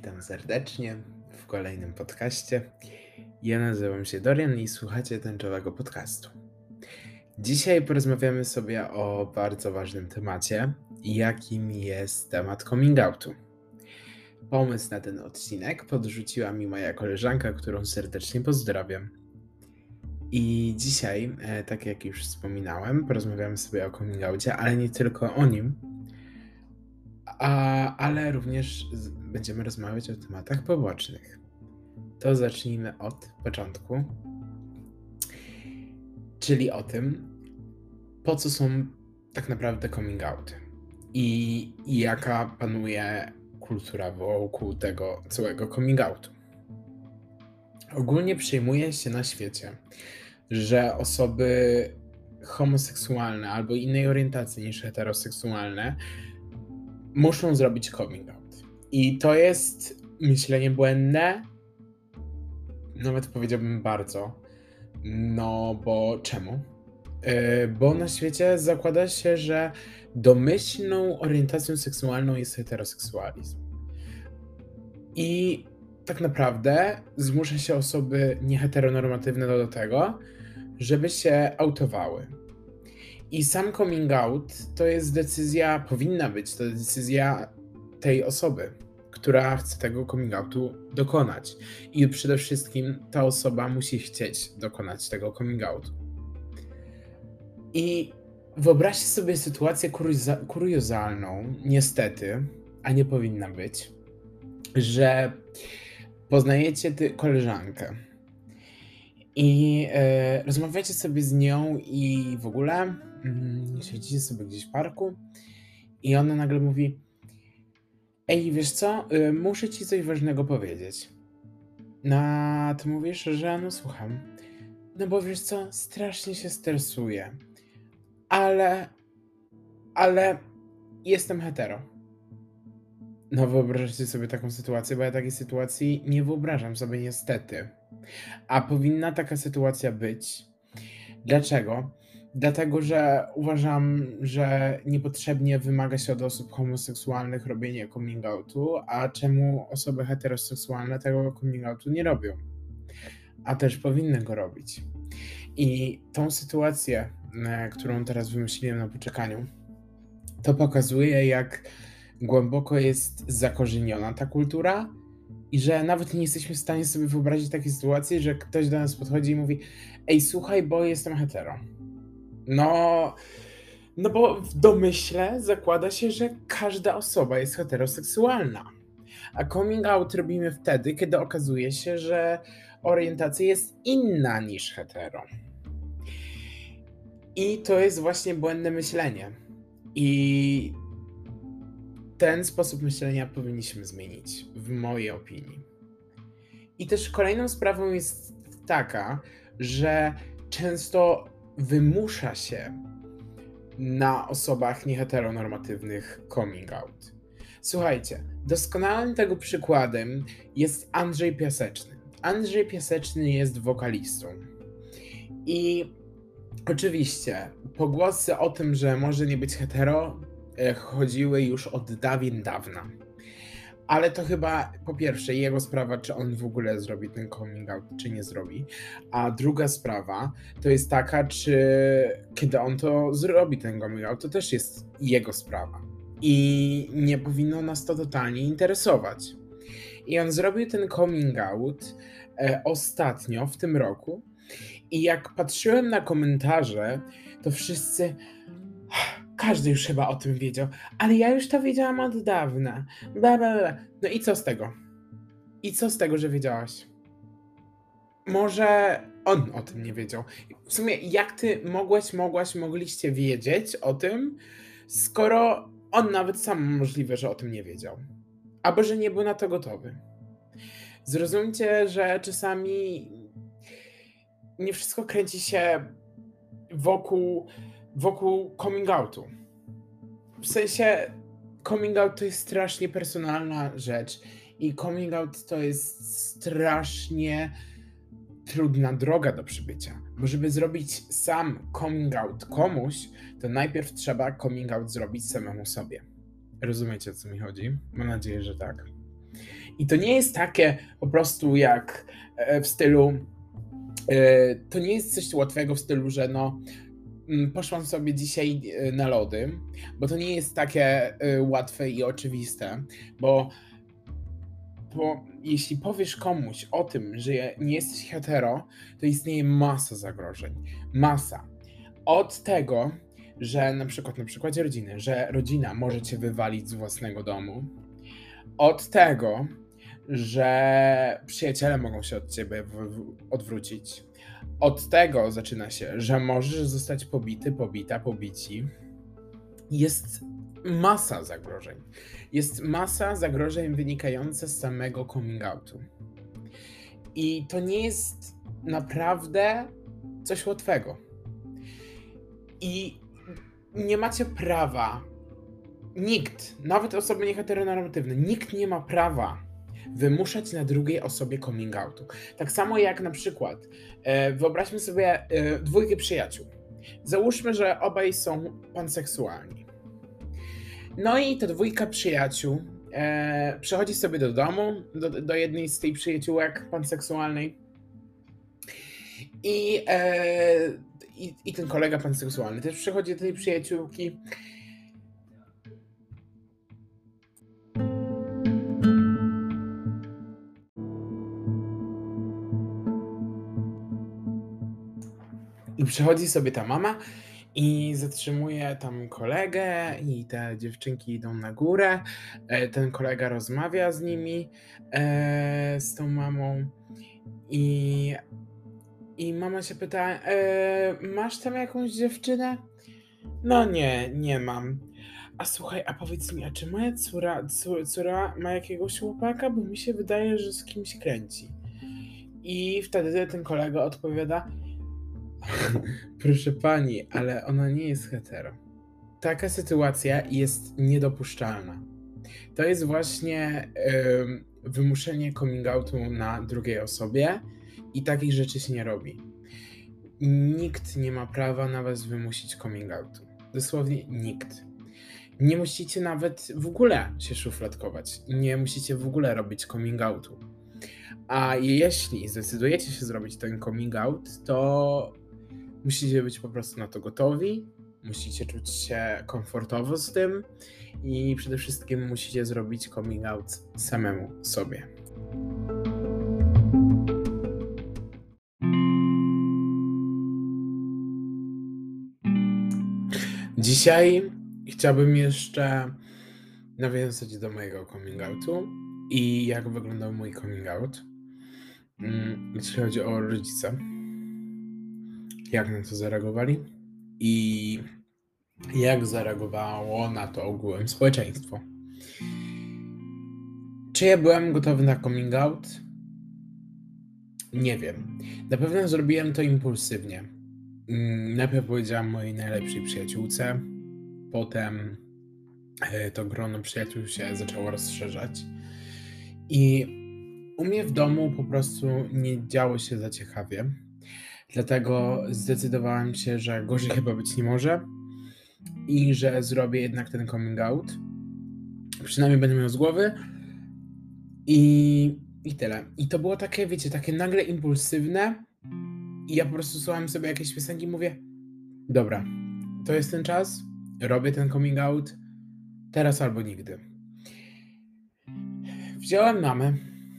Witam serdecznie w kolejnym podcaście. Ja nazywam się Dorian i słuchacie tęczowego podcastu. Dzisiaj porozmawiamy sobie o bardzo ważnym temacie, jakim jest temat coming outu. Pomysł na ten odcinek podrzuciła mi moja koleżanka, którą serdecznie pozdrawiam. I dzisiaj, tak jak już wspominałem, porozmawiamy sobie o coming outie, ale nie tylko o nim, ale również będziemy rozmawiać o tematach pobocznych. To zacznijmy od początku, czyli o tym, po co są tak naprawdę coming outy i jaka panuje kultura wokół tego całego coming outu. Ogólnie przyjmuje się na świecie, że osoby homoseksualne albo innej orientacji niż heteroseksualne muszą zrobić coming out. I to jest myślenie błędne, nawet powiedziałbym bardzo. No bo czemu? Bo na świecie zakłada się, że domyślną orientacją seksualną jest heteroseksualizm. I tak naprawdę zmusza się osoby nieheteronormatywne do tego, żeby się autowały. I sam coming out to jest decyzja, powinna być to decyzja tej osoby, która chce tego coming outu dokonać. I przede wszystkim ta osoba musi chcieć dokonać tego coming outu. I wyobraźcie sobie sytuację kuriozalną, niestety, a nie powinna być, że poznajecie koleżankę i rozmawiacie sobie z nią i w ogóle siedzicie sobie gdzieś w parku i ona nagle mówi: ej, wiesz co, muszę ci coś ważnego powiedzieć. No, a ty mówisz, że no słucham. No bo wiesz co, strasznie się stresuję. Ale jestem hetero. No wyobraźcie sobie taką sytuację, bo ja takiej sytuacji nie wyobrażam sobie niestety. A powinna taka sytuacja być. Dlaczego? Dlatego, że uważam, że niepotrzebnie wymaga się od osób homoseksualnych robienia coming outu, a czemu osoby heteroseksualne tego coming outu nie robią? A też powinny go robić. I tą sytuację, którą teraz wymyśliłem na poczekaniu, to pokazuje, jak głęboko jest zakorzeniona ta kultura i że nawet nie jesteśmy w stanie sobie wyobrazić takiej sytuacji, że ktoś do nas podchodzi i mówi: ej, słuchaj, bo jestem hetero. No bo w domyśle zakłada się, że każda osoba jest heteroseksualna. A coming out robimy wtedy, kiedy okazuje się, że orientacja jest inna niż hetero. I to jest właśnie błędne myślenie. I ten sposób myślenia powinniśmy zmienić, w mojej opinii. I też kolejną sprawą jest taka, że często wymusza się na osobach nieheteronormatywnych coming out. Słuchajcie, doskonałym tego przykładem jest Andrzej Piaseczny. Andrzej Piaseczny jest wokalistą. I oczywiście pogłosy o tym, że może nie być hetero, chodziły już od dawien dawna. Ale to chyba po pierwsze jego sprawa, czy on w ogóle zrobi ten coming out, czy nie zrobi. A druga sprawa to jest taka, czy kiedy on to zrobi, ten coming out, to też jest jego sprawa. I nie powinno nas to totalnie interesować. I on zrobił ten coming out ostatnio, w tym roku. I jak patrzyłem na komentarze, to wszyscy... Każdy już chyba o tym wiedział, ale ja już to wiedziałam od dawna. Bla, bla, bla. No i co z tego? I co z tego, że wiedziałaś? Może on o tym nie wiedział. W sumie jak ty mogliście wiedzieć o tym, skoro on nawet sam możliwe, że o tym nie wiedział. Albo że nie był na to gotowy. Zrozumcie, że czasami nie wszystko kręci się wokół coming outu. W sensie coming out to jest strasznie personalna rzecz i coming out to jest strasznie trudna droga do przybycia. Bo żeby zrobić sam coming out komuś, to najpierw trzeba coming out zrobić samemu sobie. Rozumiecie, o co mi chodzi? Mam nadzieję, że tak. I to nie jest takie po prostu jak w stylu, to nie jest coś łatwego w stylu, że no poszłam sobie dzisiaj na lody, bo to nie jest takie łatwe i oczywiste, bo jeśli powiesz komuś o tym, że nie jesteś hetero, to istnieje masa zagrożeń. Masa. Od tego, że na przykładzie rodziny, że rodzina może cię wywalić z własnego domu, od tego, że przyjaciele mogą się od ciebie odwrócić. Od tego zaczyna się, że możesz zostać pobity, pobita, pobici. Jest masa zagrożeń. Jest masa zagrożeń wynikających z samego coming outu. I to nie jest naprawdę coś łatwego. I nie macie prawa, nikt, nawet osoby nieheteronormatywne, nikt nie ma prawa wymuszać na drugiej osobie coming outu. Tak samo jak na przykład, wyobraźmy sobie dwójkę przyjaciół. Załóżmy, że obaj są panseksualni. No i ta dwójka przyjaciół przychodzi sobie do domu, do jednej z tej przyjaciółek panseksualnej i ten kolega panseksualny też przychodzi do tej przyjaciółki. I przychodzi sobie ta mama i zatrzymuje tam kolegę i te dziewczynki idą na górę. Ten kolega rozmawia z nimi, z tą mamą i mama się pyta, masz tam jakąś dziewczynę? No nie mam. A słuchaj, a powiedz mi, a czy moja córa ma jakiegoś chłopaka? Bo mi się wydaje, że z kimś kręci. I wtedy ten kolega odpowiada, proszę pani, ale ona nie jest hetero. Taka sytuacja jest niedopuszczalna. To jest właśnie wymuszenie coming outu na drugiej osobie i takich rzeczy się nie robi. Nikt nie ma prawa na was wymusić coming outu. Dosłownie nikt. Nie musicie nawet w ogóle się szufladkować. Nie musicie w ogóle robić coming outu. A jeśli zdecydujecie się zrobić ten coming out, to musicie być po prostu na to gotowi, musicie czuć się komfortowo z tym i przede wszystkim musicie zrobić coming out samemu sobie. Dzisiaj chciałbym jeszcze nawiązać do mojego coming outu i jak wyglądał mój coming out, jeśli chodzi o rodzice. Jak na to zareagowali i jak zareagowało na to ogółem społeczeństwo. Czy ja byłem gotowy na coming out? Nie wiem. Na pewno zrobiłem to impulsywnie. Najpierw powiedziałam mojej najlepszej przyjaciółce, potem to grono przyjaciół się zaczęło rozszerzać i u mnie w domu po prostu nie działo się za ciekawie. Dlatego zdecydowałem się, że gorzej chyba być nie może i że zrobię jednak ten coming out. Przynajmniej będę miał z głowy i tyle. I to było takie, wiecie, takie nagle impulsywne i ja po prostu słuchałem sobie jakieś piosenki i mówię, dobra, to jest ten czas, robię ten coming out, teraz albo nigdy. Wziąłem mamę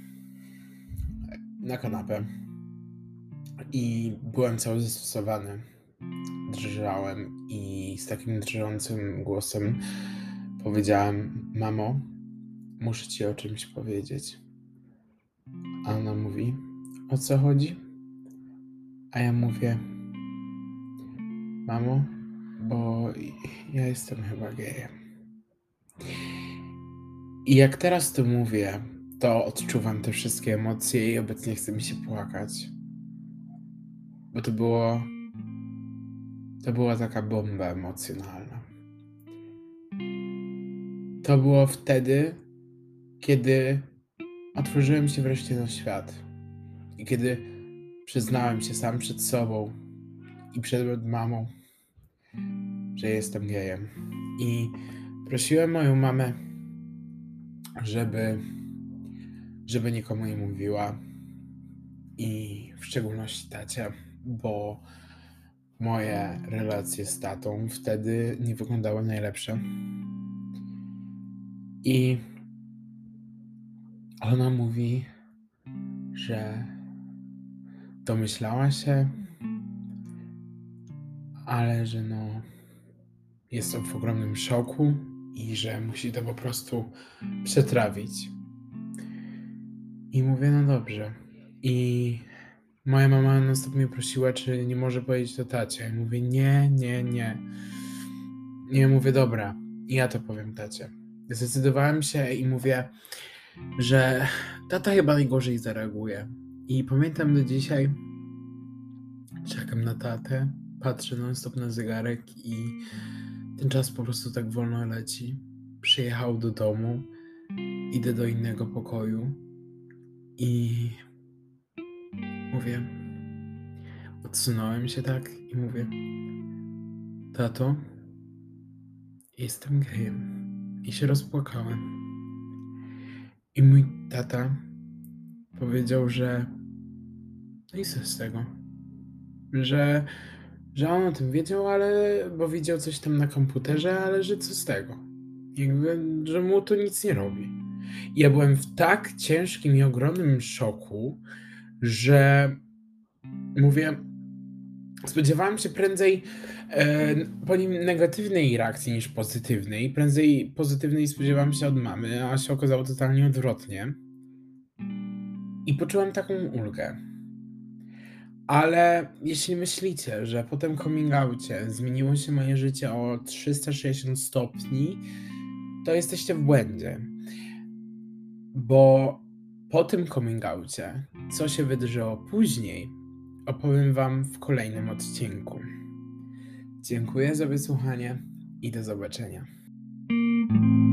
na kanapę i byłem cały zastosowany. Drżałem i z takim drżącym głosem powiedziałem, mamo, muszę ci o czymś powiedzieć. A ona mówi, o co chodzi? A ja mówię, mamo, bo ja jestem chyba gejem. I jak teraz to mówię, to odczuwam te wszystkie emocje i obecnie chce mi się płakać. Bo to była taka bomba emocjonalna. To było wtedy, kiedy otworzyłem się wreszcie na świat. I kiedy przyznałem się sam przed sobą i przed mamą, że jestem gejem. I prosiłem moją mamę, żeby żeby nikomu nie mówiła i w szczególności tacie, bo moje relacje z tatą wtedy nie wyglądały najlepsze. I ona mówi, że domyślała się, ale że jest w ogromnym szoku i że musi to po prostu przetrawić. I mówię, no dobrze. I moja mama non-stop mnie prosiła, czy nie może powiedzieć to tacie. I mówię, nie, nie, nie. I mówię, dobra, ja to powiem tacie. Zdecydowałem się i mówię, że tata chyba najgorzej zareaguje. I pamiętam do dzisiaj, czekam na tatę, patrzę non-stop na zegarek i ten czas po prostu tak wolno leci. Przyjechał do domu, idę do innego pokoju i mówię, odsunąłem się tak i mówię, tato, jestem gejem. I się rozpłakałem. I mój tata powiedział, że no i co z tego? Że on o tym wiedział, bo widział coś tam na komputerze, ale że co z tego? Jakby, że mu to nic nie robi. I ja byłem w tak ciężkim i ogromnym szoku, że mówię, spodziewałem się prędzej po nim negatywnej reakcji niż pozytywnej. Prędzej pozytywnej spodziewałem się od mamy, a się okazało totalnie odwrotnie. I poczułem taką ulgę. Ale jeśli myślicie, że po tym coming outcie zmieniło się moje życie o 360 stopni, to jesteście w błędzie. Bo po tym coming outcie, co się wydarzyło później, opowiem wam w kolejnym odcinku. Dziękuję za wysłuchanie i do zobaczenia.